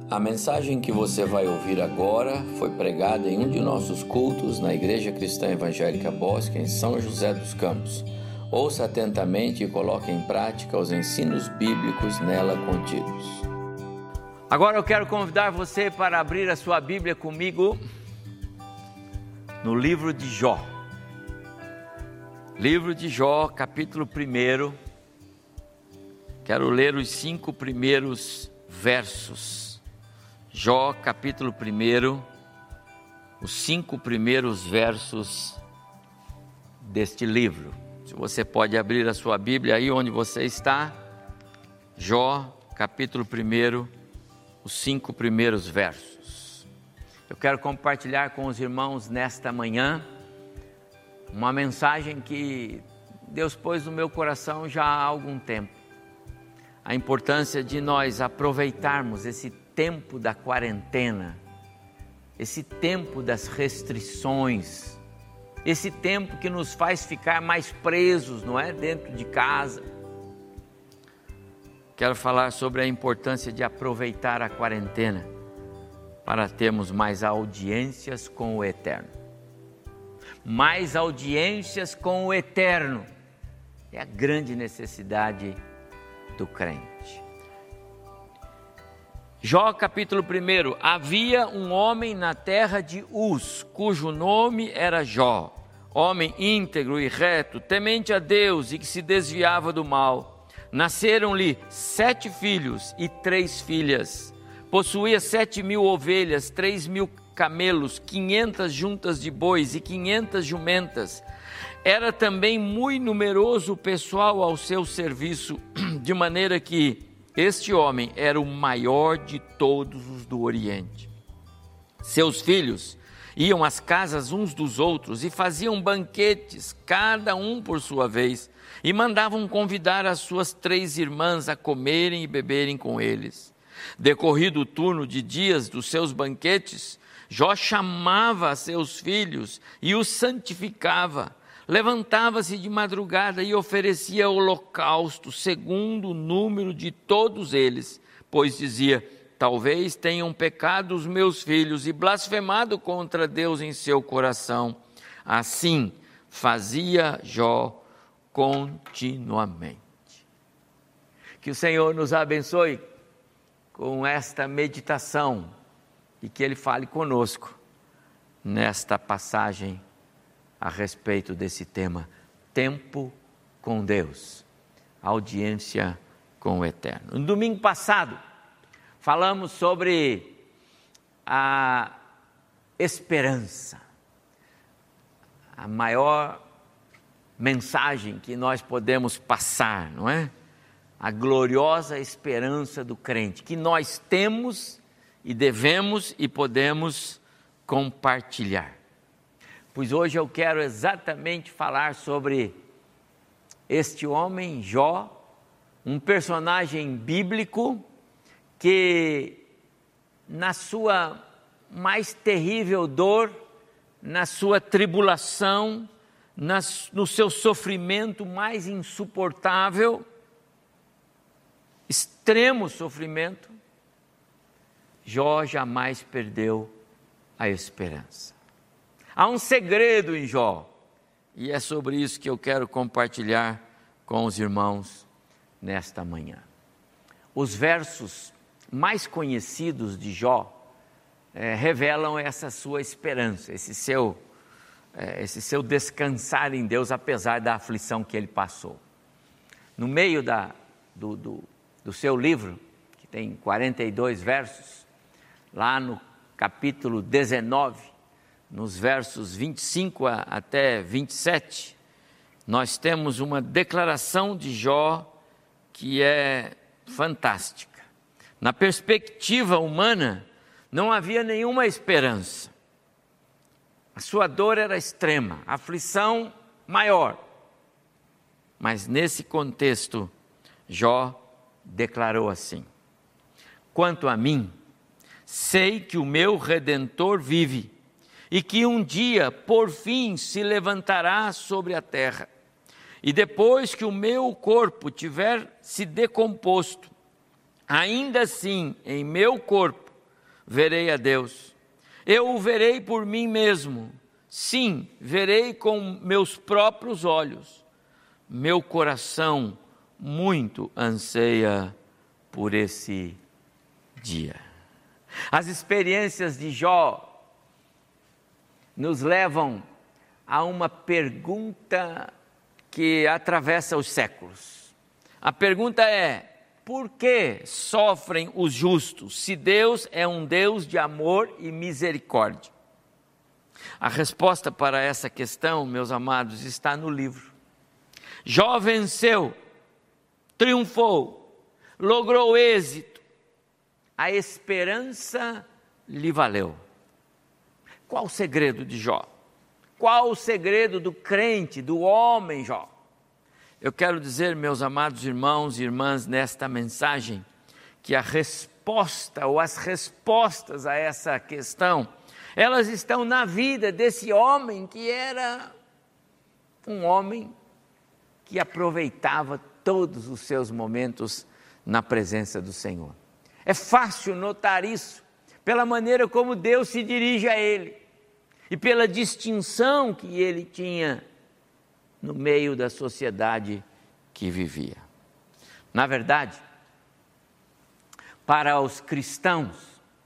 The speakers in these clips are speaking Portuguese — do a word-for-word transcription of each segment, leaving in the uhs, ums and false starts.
A mensagem que você vai ouvir agora foi pregada em um de nossos cultos na Igreja Cristã Evangélica Bosque, em São José dos Campos. Ouça atentamente e coloque em prática os ensinos bíblicos nela contidos. Agora eu quero convidar você para abrir a sua Bíblia comigo no livro de Jó. Livro de Jó, capítulo primeiro. Quero ler os cinco primeiros versos. Jó, capítulo primeiro, os cinco primeiros versos deste livro. Se você pode abrir a sua Bíblia aí onde você está, Jó, capítulo primeiro, os cinco primeiros versos. Eu quero compartilhar com os irmãos nesta manhã uma mensagem que Deus pôs no meu coração já há algum tempo. A importância de nós aproveitarmos esse tempo da quarentena, esse tempo das restrições, esse tempo que nos faz ficar mais presos, não é? Dentro de casa. Quero falar sobre a importância de aproveitar a quarentena para termos mais audiências com o Eterno. Mais audiências com o Eterno é a grande necessidade do crente. Jó capítulo primeiro. Havia um homem na terra de Uz, cujo nome era Jó, homem íntegro e reto, temente a Deus e que se desviava do mal. Nasceram-lhe sete filhos e três filhas. Possuía sete mil ovelhas, três mil camelos, quinhentas juntas de bois e quinhentas jumentas. Era também muito numeroso o pessoal ao seu serviço, de maneira que este homem era o maior de todos os do Oriente. Seus filhos iam às casas uns dos outros e faziam banquetes, cada um por sua vez, e mandavam convidar as suas três irmãs a comerem e beberem com eles. Decorrido o turno de dias dos seus banquetes, Jó chamava a seus filhos e os santificava. Levantava-se de madrugada e oferecia holocausto, segundo o número de todos eles, pois dizia: talvez tenham pecado os meus filhos e blasfemado contra Deus em seu coração. Assim fazia Jó continuamente. Que o Senhor nos abençoe com esta meditação e que Ele fale conosco nesta passagem a respeito desse tema, tempo com Deus, audiência com o Eterno. No domingo passado, falamos sobre a esperança, a maior mensagem que nós podemos passar, não é? A gloriosa esperança do crente, que nós temos e devemos e podemos compartilhar. Pois hoje eu quero exatamente falar sobre este homem, Jó, um personagem bíblico que na sua mais terrível dor, na sua tribulação, nas, no seu sofrimento mais insuportável, extremo sofrimento, Jó jamais perdeu a esperança. Há um segredo em Jó, e é sobre isso que eu quero compartilhar com os irmãos nesta manhã. Os versos mais conhecidos de Jó é, revelam essa sua esperança, esse seu, é, esse seu descansar em Deus, apesar da aflição que ele passou. No meio da, do, do, do seu livro, que tem quarenta e dois versos, lá no capítulo dezenove, nos versos vinte e cinco até vinte e sete, nós temos uma declaração de Jó que é fantástica. Na perspectiva humana, não havia nenhuma esperança. A sua dor era extrema, a aflição maior. Mas nesse contexto, Jó declarou assim: quanto a mim, sei que o meu Redentor vive, e que um dia, por fim, se levantará sobre a terra. E depois que o meu corpo tiver se decomposto, ainda assim, em meu corpo, verei a Deus. Eu o verei por mim mesmo. Sim, verei com meus próprios olhos. Meu coração muito anseia por esse dia. As experiências de Jó nos levam a uma pergunta que atravessa os séculos. A pergunta é: por que sofrem os justos, se Deus é um Deus de amor e misericórdia? A resposta para essa questão, meus amados, está no livro. Jó venceu, triunfou, logrou êxito. A esperança lhe valeu. Qual o segredo de Jó? Qual o segredo do crente, do homem Jó? Eu quero dizer, meus amados irmãos e irmãs, nesta mensagem, que a resposta ou as respostas a essa questão, elas estão na vida desse homem que era um homem que aproveitava todos os seus momentos na presença do Senhor. É fácil notar isso pela maneira como Deus se dirige a ele e pela distinção que ele tinha no meio da sociedade que vivia. Na verdade, para os cristãos,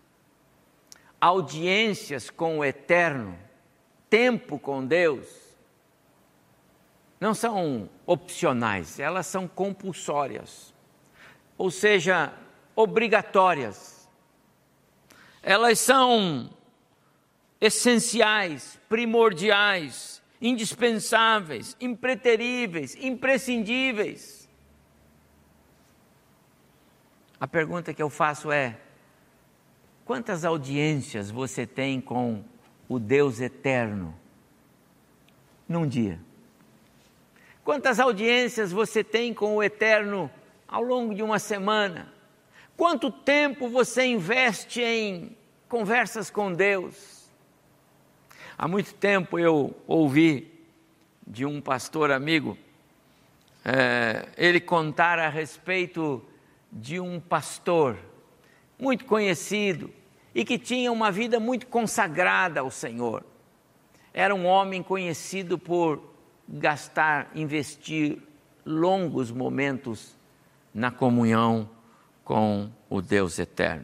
audiências com o Eterno, tempo com Deus, não são opcionais, elas são compulsórias, ou seja, obrigatórias. Elas são essenciais, primordiais, indispensáveis, impreteríveis, imprescindíveis. A pergunta que eu faço é: quantas audiências você tem com o Deus eterno num dia? Quantas audiências você tem com o Eterno ao longo de uma semana? Quanto tempo você investe em conversas com Deus? Há muito tempo eu ouvi de um pastor amigo, é, ele contar a respeito de um pastor muito conhecido e que tinha uma vida muito consagrada ao Senhor. Era um homem conhecido por gastar, investir longos momentos na comunhão com o Deus eterno.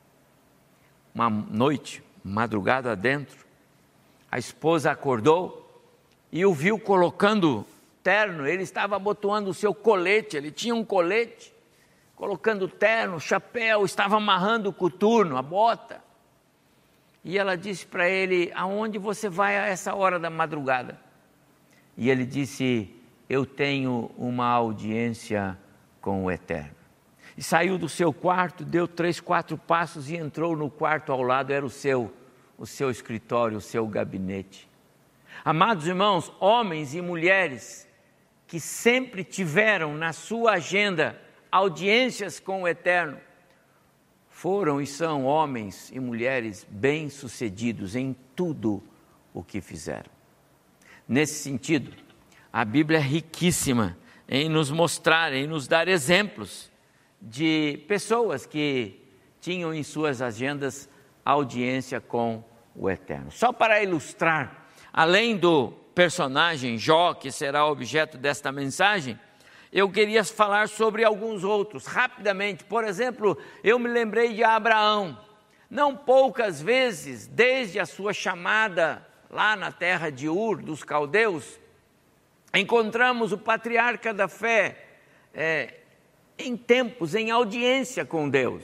Uma noite, madrugada dentro, a esposa acordou e o viu colocando terno. Ele estava abotoando o seu colete, ele tinha um colete, colocando terno, chapéu, estava amarrando o coturno, a bota. E ela disse para ele: aonde você vai a essa hora da madrugada? E ele disse: eu tenho uma audiência com o Eterno. E saiu do seu quarto, deu três, quatro passos e entrou no quarto ao lado, era o seu, o seu escritório, o seu gabinete. Amados irmãos, homens e mulheres que sempre tiveram na sua agenda audiências com o Eterno, foram e são homens e mulheres bem-sucedidos em tudo o que fizeram. Nesse sentido, a Bíblia é riquíssima em nos mostrar, em nos dar exemplos de pessoas que tinham em suas agendas audiência com o Eterno. Só para ilustrar, além do personagem Jó, que será objeto desta mensagem, eu queria falar sobre alguns outros, rapidamente. Por exemplo, eu me lembrei de Abraão. Não poucas vezes, desde a sua chamada lá na terra de Ur, dos caldeus, encontramos o patriarca da fé é, em tempos, em audiência com Deus.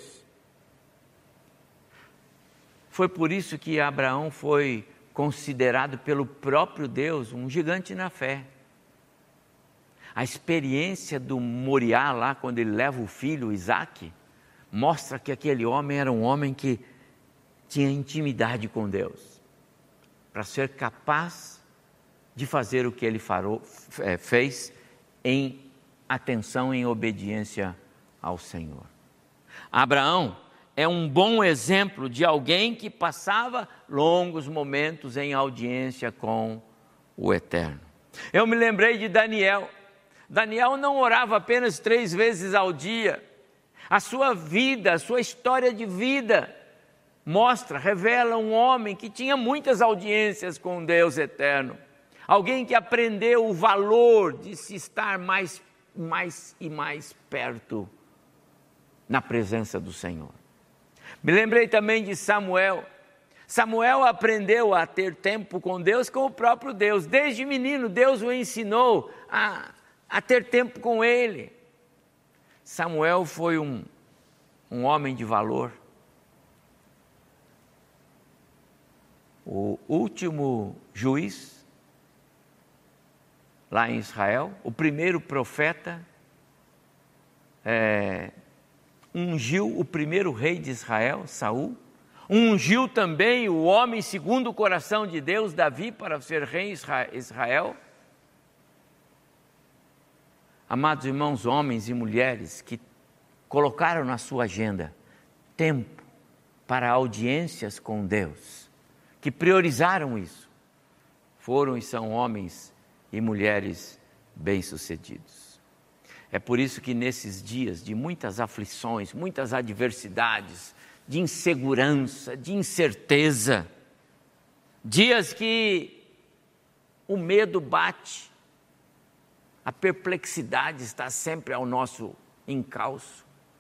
Foi por isso que Abraão foi considerado pelo próprio Deus um gigante na fé. A experiência do Moriá lá, quando ele leva o filho Isaque, mostra que aquele homem era um homem que tinha intimidade com Deus, para ser capaz de fazer o que ele farou, é, fez em atenção, em obediência ao Senhor. Abraão é um bom exemplo de alguém que passava longos momentos em audiência com o Eterno. Eu me lembrei de Daniel. Daniel não orava apenas três vezes ao dia. A sua vida, a sua história de vida mostra, revela um homem que tinha muitas audiências com Deus eterno. Alguém que aprendeu o valor de se estar mais, mais e mais perto na presença do Senhor. Me lembrei também de Samuel. Samuel aprendeu a ter tempo com Deus, com o próprio Deus. Desde menino, Deus o ensinou a, a ter tempo com Ele. Samuel foi um, um homem de valor. O último juiz lá em Israel, o primeiro profeta, é, ungiu o primeiro rei de Israel, Saul, ungiu também o homem segundo o coração de Deus, Davi, para ser rei em Israel. Amados irmãos, homens e mulheres que colocaram na sua agenda tempo para audiências com Deus, que priorizaram isso, foram e são homens e mulheres bem-sucedidos. É por isso que nesses dias de muitas aflições, muitas adversidades, de insegurança, de incerteza, dias que o medo bate, a perplexidade está sempre ao nosso encalço.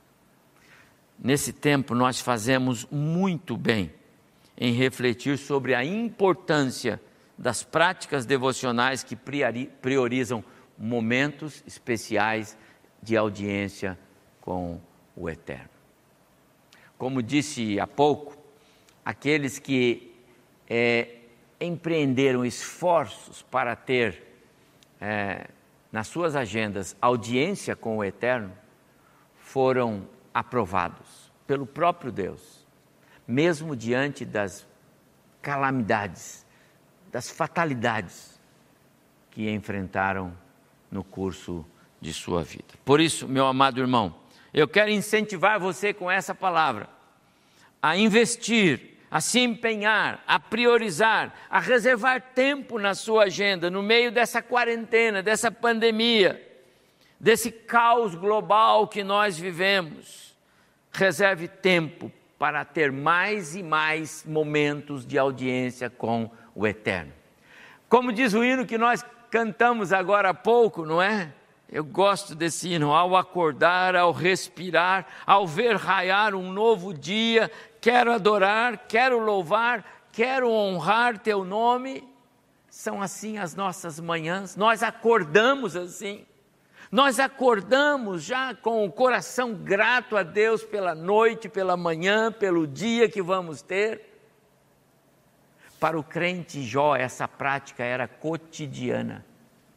Nesse tempo nós fazemos muito bem em refletir sobre a importância das práticas devocionais que priorizam momentos especiais de audiência com o Eterno. Como disse há pouco, aqueles que é, empreenderam esforços para ter é, nas suas agendas audiência com o Eterno, foram aprovados pelo próprio Deus, mesmo diante das calamidades, das fatalidades que enfrentaram no curso de sua vida. Por isso, meu amado irmão, eu quero incentivar você com essa palavra a investir, a se empenhar, a priorizar, a reservar tempo na sua agenda, no meio dessa quarentena, dessa pandemia, desse caos global que nós vivemos. Reserve tempo para ter mais e mais momentos de audiência com o Eterno. Como diz o hino que nós cantamos agora há pouco, não é? Eu gosto desse hino. Ao acordar, ao respirar, ao ver raiar um novo dia, quero adorar, quero louvar, quero honrar teu nome. São assim as nossas manhãs, nós acordamos assim. Nós acordamos já com o coração grato a Deus pela noite, pela manhã, pelo dia que vamos ter. Para o crente Jó, essa prática era cotidiana.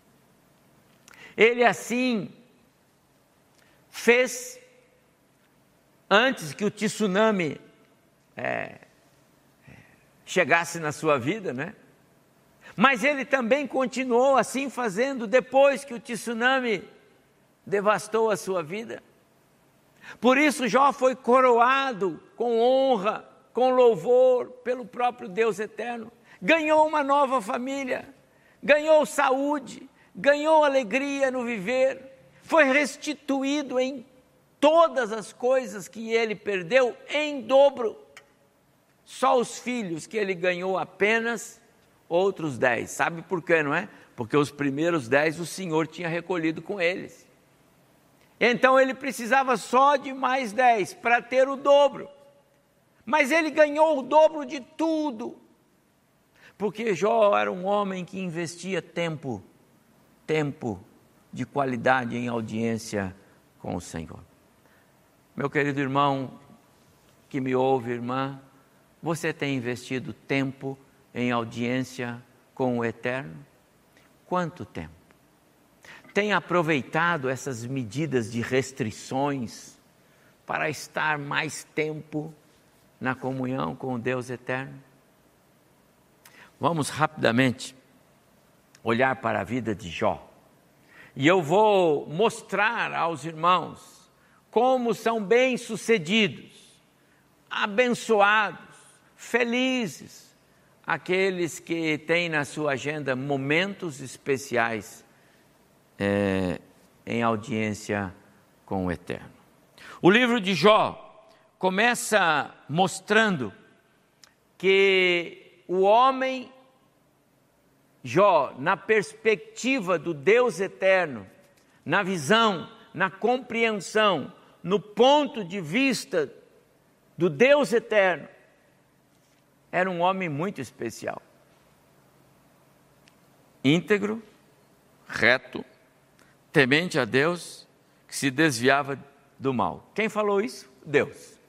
Ele assim fez antes que o tsunami é, chegasse na sua vida, né? Mas ele também continuou assim fazendo depois que o tsunami devastou a sua vida. Por isso Jó foi coroado com honra, com louvor pelo próprio Deus eterno. Ganhou uma nova família, ganhou saúde, ganhou alegria no viver, foi restituído em todas as coisas que ele perdeu em dobro. Só os filhos que ele ganhou apenas outros dez. Sabe por quê, não é? Porque os primeiros dez o Senhor tinha recolhido com eles. Então ele precisava só de mais dez para ter o dobro. Mas ele ganhou o dobro de tudo. Porque Jó era um homem que investia tempo, tempo de qualidade em audiência com o Senhor. Meu querido irmão que me ouve, irmã, você tem investido tempo em audiência com o Eterno? Quanto tempo? Tem aproveitado essas medidas de restrições para estar mais tempo na comunhão com o Deus eterno? Vamos rapidamente olhar para a vida de Jó. E eu vou mostrar aos irmãos como são bem-sucedidos, abençoados, felizes, aqueles que têm na sua agenda momentos especiais é, em audiência com o Eterno. O livro de Jó começa mostrando que o homem, Jó, na perspectiva do Deus eterno, na visão, na compreensão, no ponto de vista do Deus eterno, era um homem muito especial. Íntegro, reto, temente a Deus, que se desviava do mal. Quem falou isso? Deus.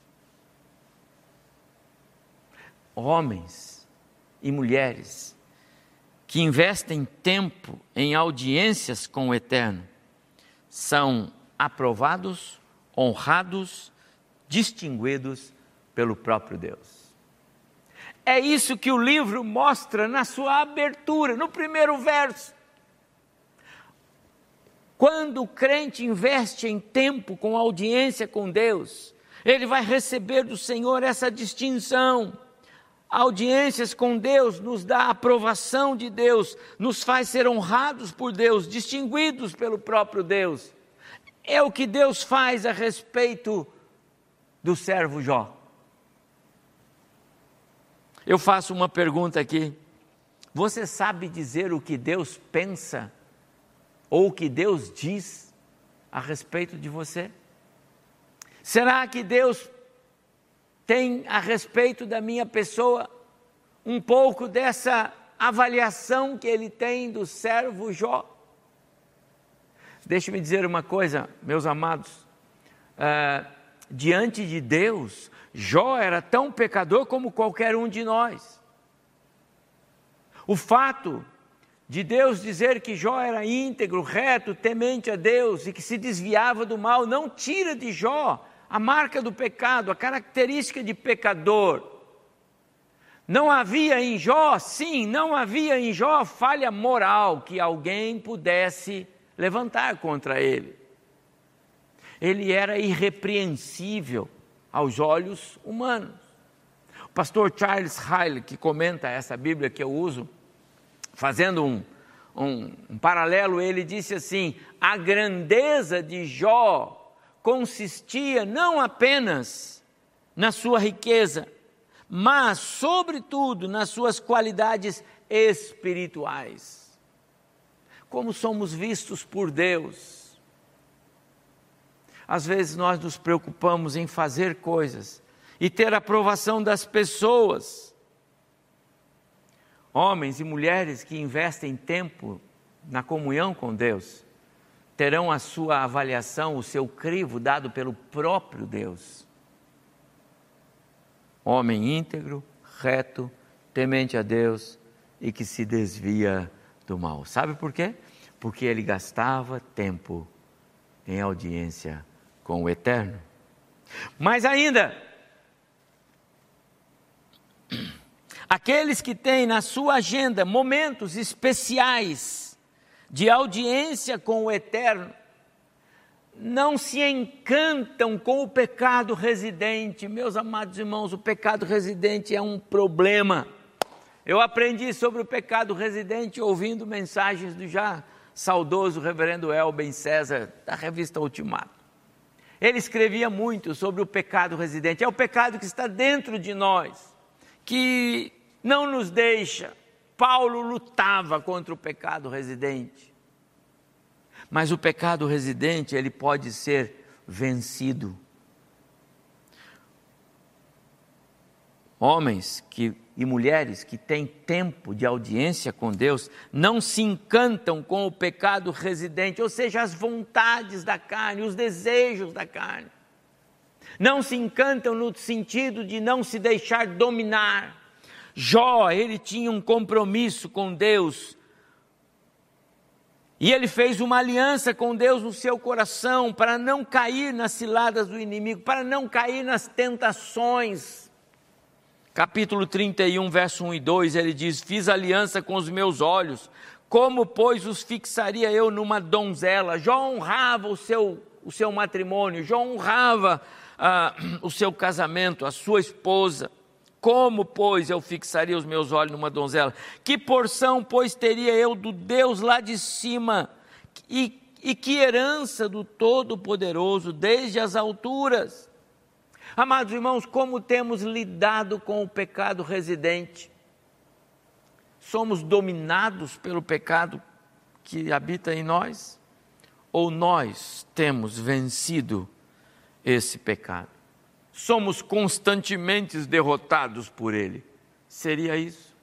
Homens e mulheres que investem tempo em audiências com o Eterno são aprovados, honrados, distinguidos pelo próprio Deus. É isso que o livro mostra na sua abertura, no primeiro verso. Quando o crente investe em tempo com audiência com Deus, ele vai receber do Senhor essa distinção. Audiências com Deus nos dá a aprovação de Deus, nos faz ser honrados por Deus, distinguidos pelo próprio Deus. É o que Deus faz a respeito do servo Jó. Eu faço uma pergunta aqui. Você sabe dizer o que Deus pensa ou o que Deus diz a respeito de você? Será que Deus tem a respeito da minha pessoa um pouco dessa avaliação que Ele tem do servo Jó? Deixe-me dizer uma coisa, meus amados. Uh, diante de Deus, Jó era tão pecador como qualquer um de nós. O fato de Deus dizer que Jó era íntegro, reto, temente a Deus e que se desviava do mal, não tira de Jó a marca do pecado, a característica de pecador. Não havia em Jó, sim, não havia em Jó falha moral que alguém pudesse levantar contra ele. Ele era irrepreensível aos olhos humanos. O pastor Charles Hyle, que comenta essa Bíblia que eu uso, fazendo um, um, um paralelo, ele disse assim: a grandeza de Jó consistia não apenas na sua riqueza, mas, sobretudo, nas suas qualidades espirituais. Como somos vistos por Deus. Às vezes nós nos preocupamos em fazer coisas e ter a aprovação das pessoas. Homens e mulheres que investem tempo na comunhão com Deus terão a sua avaliação, o seu crivo dado pelo próprio Deus. Homem íntegro, reto, temente a Deus e que se desvia do mal. Sabe por quê? Porque ele gastava tempo em audiência com o Eterno. Mas ainda, aqueles que têm na sua agenda momentos especiais de audiência com o Eterno, não se encantam com o pecado residente. Meus amados irmãos, o pecado residente é um problema. Eu aprendi sobre o pecado residente ouvindo mensagens do já saudoso reverendo Elben César, da revista Ultimato. Ele escrevia muito sobre o pecado residente. É o pecado que está dentro de nós, que não nos deixa. Paulo lutava contra o pecado residente. Mas o pecado residente, ele pode ser vencido. Homens que, e mulheres que têm tempo de audiência com Deus não se encantam com o pecado residente, ou seja, as vontades da carne, os desejos da carne. Não se encantam no sentido de não se deixar dominar. Jó, ele tinha um compromisso com Deus. E ele fez uma aliança com Deus no seu coração para não cair nas ciladas do inimigo, para não cair nas tentações. Capítulo trinta e um, verso um e dois, ele diz: fiz aliança com os meus olhos, como pois os fixaria eu numa donzela? Jó honrava o seu, o seu matrimônio, Jó honrava ah, o seu casamento, a sua esposa. Como, pois, eu fixaria os meus olhos numa donzela? Que porção, pois, teria eu do Deus lá de cima? E, e que herança do Todo-Poderoso desde as alturas? Amados irmãos, como temos lidado com o pecado residente? Somos dominados pelo pecado que habita em nós? Ou nós temos vencido esse pecado? Somos constantemente derrotados por ele? Seria isso?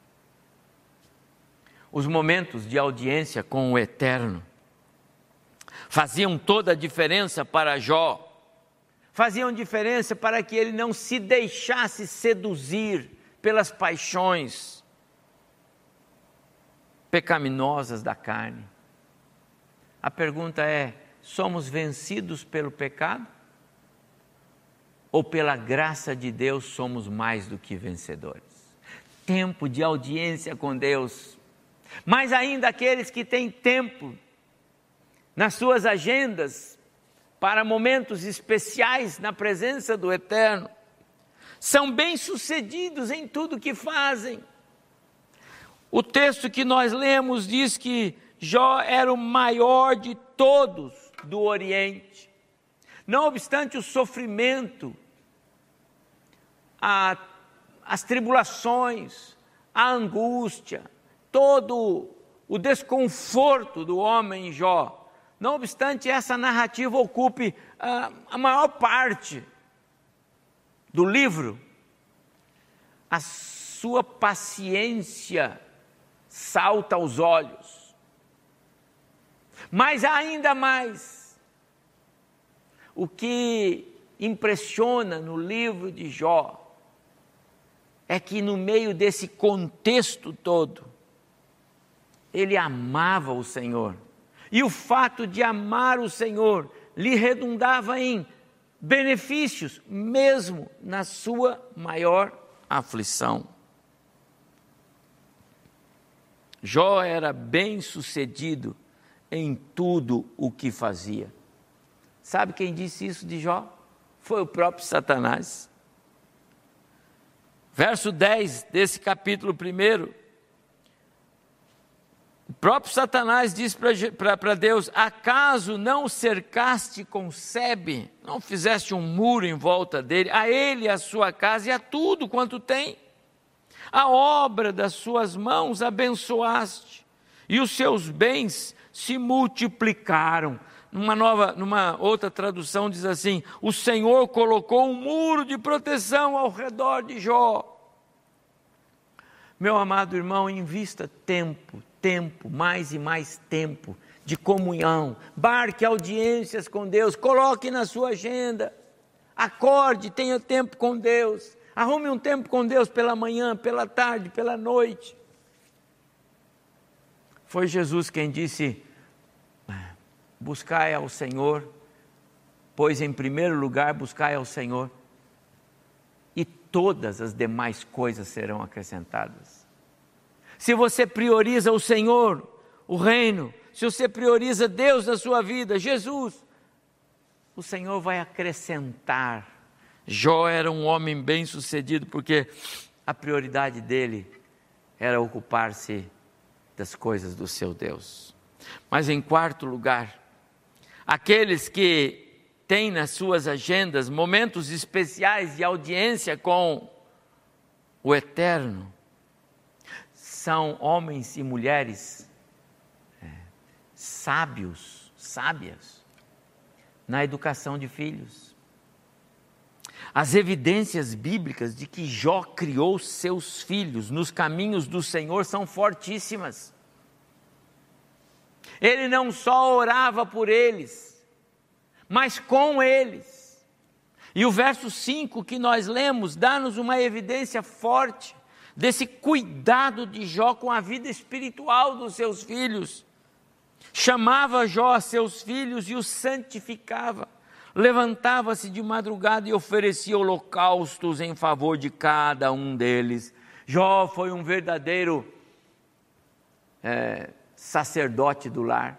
Os momentos de audiência com o Eterno faziam toda a diferença para Jó. Faziam diferença para que ele não se deixasse seduzir pelas paixões pecaminosas da carne. A pergunta é: somos vencidos pelo pecado? Ou pela graça de Deus somos mais do que vencedores? Tempo de audiência com Deus. Mas ainda aqueles que têm tempo nas suas agendas para momentos especiais na presença do Eterno, são bem-sucedidos em tudo que fazem. O texto que nós lemos diz que Jó era o maior de todos do Oriente. Não obstante o sofrimento, a, as tribulações, a angústia, todo o desconforto do homem Jó, não obstante essa narrativa ocupe a, a maior parte do livro, a sua paciência salta aos olhos. Mas ainda mais, o que impressiona no livro de Jó é que no meio desse contexto todo, ele amava o Senhor. E o fato de amar o Senhor lhe redundava em benefícios, mesmo na sua maior aflição. Jó era bem-sucedido em tudo o que fazia. Sabe quem disse isso de Jó? Foi o próprio Satanás. Verso dez desse capítulo primeiro. O próprio Satanás diz para Deus: acaso não o cercaste com sebe, não fizeste um muro em volta dele, a ele, a sua casa e a tudo quanto tem? A obra das suas mãos abençoaste, e os seus bens se multiplicaram. Numa, nova, numa outra tradução diz assim: o Senhor colocou um muro de proteção ao redor de Jó. Meu amado irmão, invista tempo, tempo, mais e mais tempo de comunhão, marque audiências com Deus, coloque na sua agenda, acorde, tenha tempo com Deus, arrume um tempo com Deus pela manhã, pela tarde, pela noite. Foi Jesus quem disse: buscai ao Senhor, pois em primeiro lugar buscai ao Senhor, e todas as demais coisas serão acrescentadas. Se você prioriza o Senhor, o reino, se você prioriza Deus na sua vida, Jesus, o Senhor vai acrescentar. Jó era um homem bem-sucedido porque a prioridade dele era ocupar-se das coisas do seu Deus. Mas em quarto lugar, aqueles que têm nas suas agendas momentos especiais de audiência com o Eterno, são homens e mulheres é, sábios, sábias, na educação de filhos. As evidências bíblicas de que Jó criou seus filhos nos caminhos do Senhor são fortíssimas. Ele não só orava por eles, mas com eles. E o verso cinco que nós lemos dá-nos uma evidência forte desse cuidado de Jó com a vida espiritual dos seus filhos. Chamava Jó a seus filhos e os santificava. Levantava-se de madrugada e oferecia holocaustos em favor de cada um deles. Jó foi um verdadeiro é, sacerdote do lar.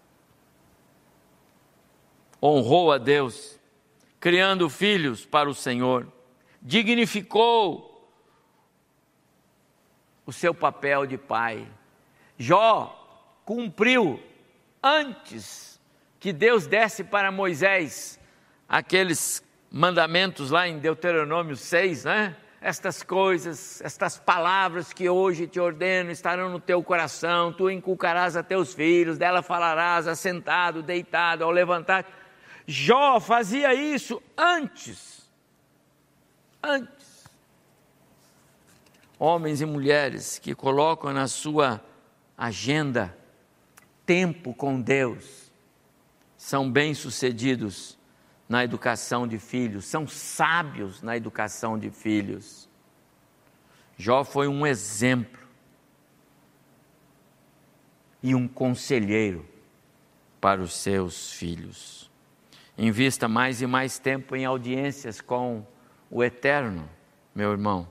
Honrou a Deus, criando filhos para o Senhor. Dignificou o seu papel de pai. Jó cumpriu, antes que Deus desse para Moisés aqueles mandamentos lá em Deuteronômio seis, né? Estas coisas, estas palavras que hoje te ordeno estarão no teu coração, tu inculcarás a teus filhos, dela falarás assentado, deitado, ao levantar. Jó fazia isso antes, antes. Homens e mulheres que colocam na sua agenda tempo com Deus, são bem-sucedidos na educação de filhos, são sábios na educação de filhos. Jó foi um exemplo e um conselheiro para os seus filhos. Invista mais e mais tempo em audiências com o Eterno, meu irmão,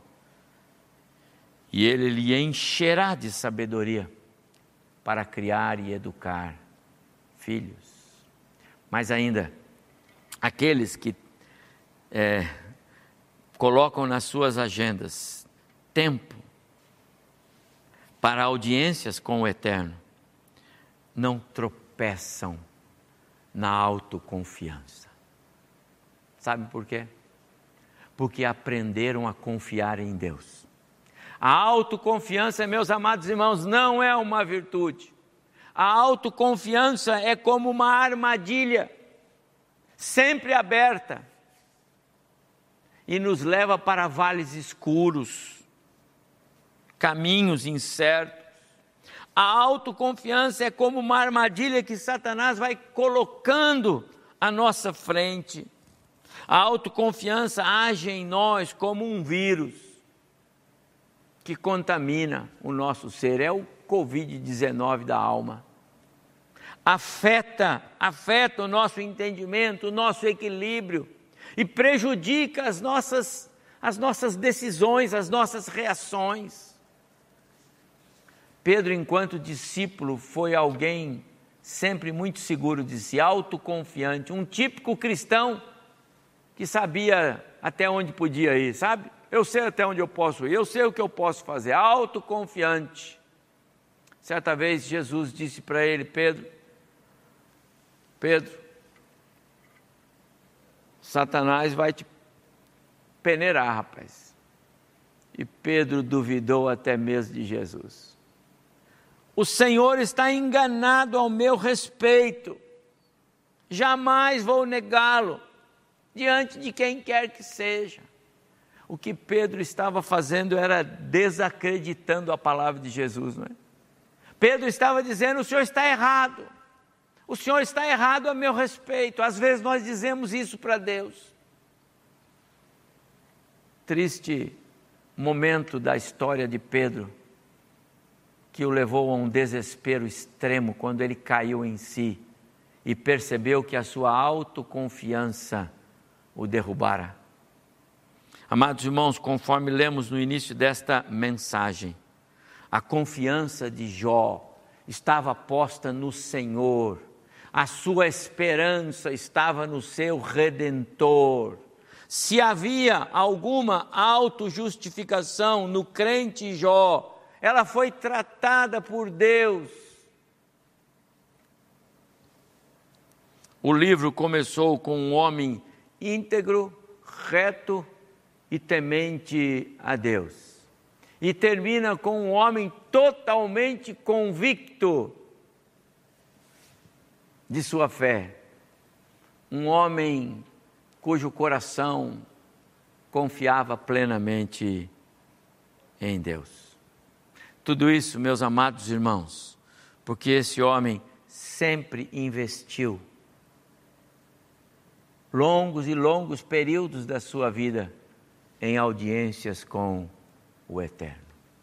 e Ele lhe encherá de sabedoria para criar e educar filhos. Mas ainda, aqueles que é, colocam nas suas agendas tempo para audiências com o Eterno, não tropeçam na autoconfiança. Sabe por quê? Porque aprenderam a confiar em Deus. A autoconfiança, meus amados irmãos, não é uma virtude. A autoconfiança é como uma armadilha, sempre aberta, e nos leva para vales escuros, caminhos incertos. A autoconfiança é como uma armadilha que Satanás vai colocando à nossa frente. A autoconfiança age em nós como um vírus que contamina o nosso ser. É o covid dezenove da alma. Afeta, afeta o nosso entendimento, o nosso equilíbrio e prejudica as nossas, as nossas decisões, as nossas reações. Pedro, enquanto discípulo, foi alguém sempre muito seguro de si, autoconfiante, um típico cristão que sabia até onde podia ir, sabe? Eu sei até onde eu posso ir, eu sei o que eu posso fazer, autoconfiante. Certa vez Jesus disse para ele: Pedro, Pedro, Satanás vai te peneirar, rapaz. E Pedro duvidou até mesmo de Jesus. O Senhor está enganado ao meu respeito. Jamais vou negá-lo diante de quem quer que seja. O que Pedro estava fazendo era desacreditando a palavra de Jesus, não é? Pedro estava dizendo: o Senhor está errado. O Senhor está errado a meu respeito. Às vezes nós dizemos isso para Deus. Triste momento da história de Pedro, que o levou a um desespero extremo quando ele caiu em si e percebeu que a sua autoconfiança o derrubara. Amados irmãos, conforme lemos no início desta mensagem, a confiança de Jó estava posta no Senhor, a sua esperança estava no seu Redentor. Se havia alguma autojustificação no crente Jó, ela foi tratada por Deus. O livro começou com um homem íntegro, reto e temente a Deus. E termina com um homem totalmente convicto de sua fé. Um homem cujo coração confiava plenamente em Deus. Tudo isso, meus amados irmãos, porque esse homem sempre investiu longos e longos períodos da sua vida em audiências com o Eterno.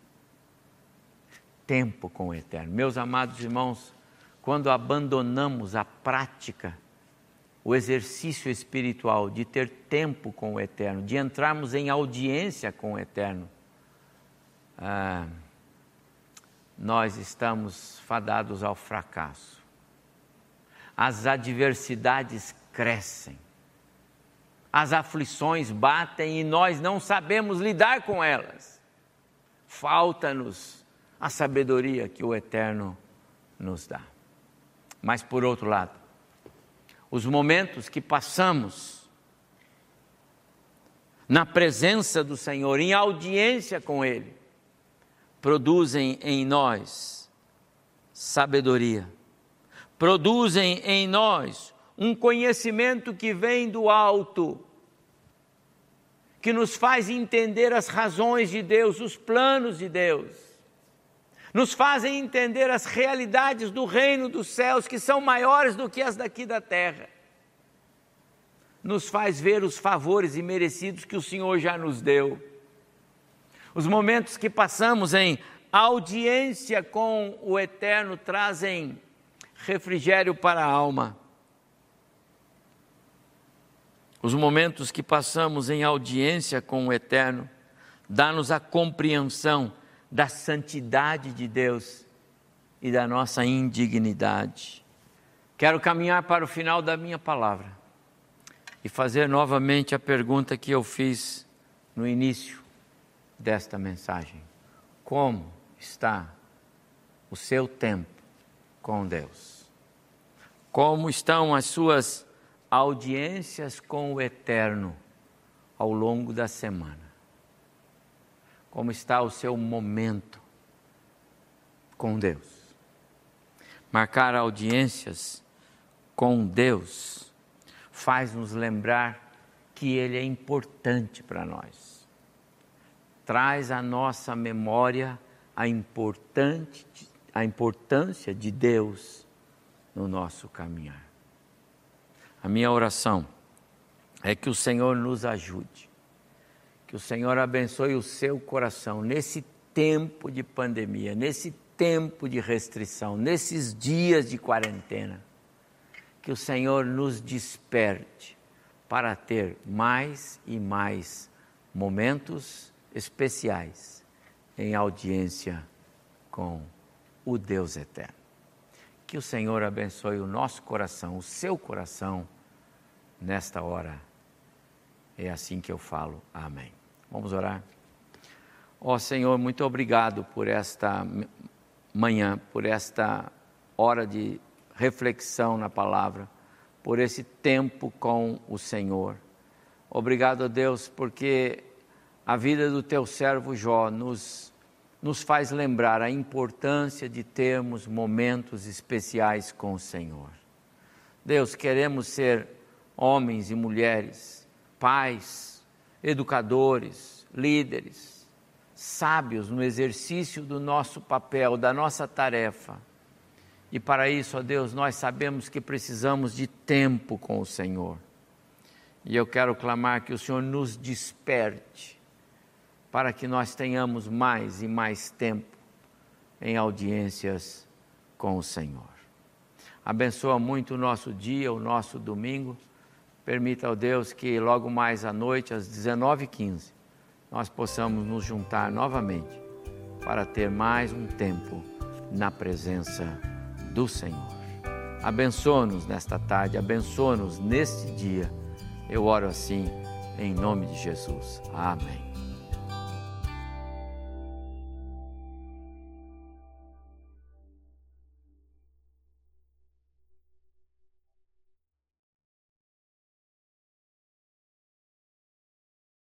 Tempo com o Eterno. Meus amados irmãos, quando abandonamos a prática, o exercício espiritual de ter tempo com o Eterno, de entrarmos em audiência com o Eterno, ah, nós estamos fadados ao fracasso. As adversidades crescem, as aflições batem e nós não sabemos lidar com elas. Falta-nos a sabedoria que o Eterno nos dá. Mas por outro lado, os momentos que passamos na presença do Senhor, em audiência com Ele, produzem em nós sabedoria, produzem em nós um conhecimento que vem do alto, que nos faz entender as razões de Deus, os planos de Deus, nos fazem entender as realidades do reino dos céus, que são maiores do que as daqui da terra, nos faz ver os favores imerecidos que o Senhor já nos deu. Os momentos que passamos em audiência com o Eterno trazem refrigério para a alma. Os momentos que passamos em audiência com o Eterno dá-nos a compreensão da santidade de Deus e da nossa indignidade. Quero caminhar para o final da minha palavra e fazer novamente a pergunta que eu fiz no início desta mensagem: como está o seu tempo com Deus? Como estão as suas audiências com o Eterno ao longo da semana? Como está o seu momento com Deus? Marcar audiências com Deus faz nos lembrar que Ele é importante para nós. Traz à nossa memória a, importante, a importância de Deus no nosso caminhar. A minha oração é que o Senhor nos ajude, que o Senhor abençoe o seu coração nesse tempo de pandemia, nesse tempo de restrição, nesses dias de quarentena, que o Senhor nos desperte para ter mais e mais momentos especiais em audiência com o Deus eterno. Que o Senhor abençoe o nosso coração, o seu coração, nesta hora. É assim que eu falo. Amém. Vamos orar? Ó Senhor, muito obrigado por esta manhã, por esta hora de reflexão na palavra, por esse tempo com o Senhor. Obrigado, Deus, porque a vida do teu servo Jó nos, nos faz lembrar a importância de termos momentos especiais com o Senhor. Deus, queremos ser homens e mulheres, pais, educadores, líderes, sábios no exercício do nosso papel, da nossa tarefa. E para isso, ó Deus, nós sabemos que precisamos de tempo com o Senhor. E eu quero clamar que o Senhor nos desperte para que nós tenhamos mais e mais tempo em audiências com o Senhor. Abençoa muito o nosso dia, o nosso domingo. Permita, ó Deus, que logo mais à noite, às dezenove e quinze, nós possamos nos juntar novamente para ter mais um tempo na presença do Senhor. Abençoa-nos nesta tarde, abençoa-nos neste dia. Eu oro assim, em nome de Jesus. Amém.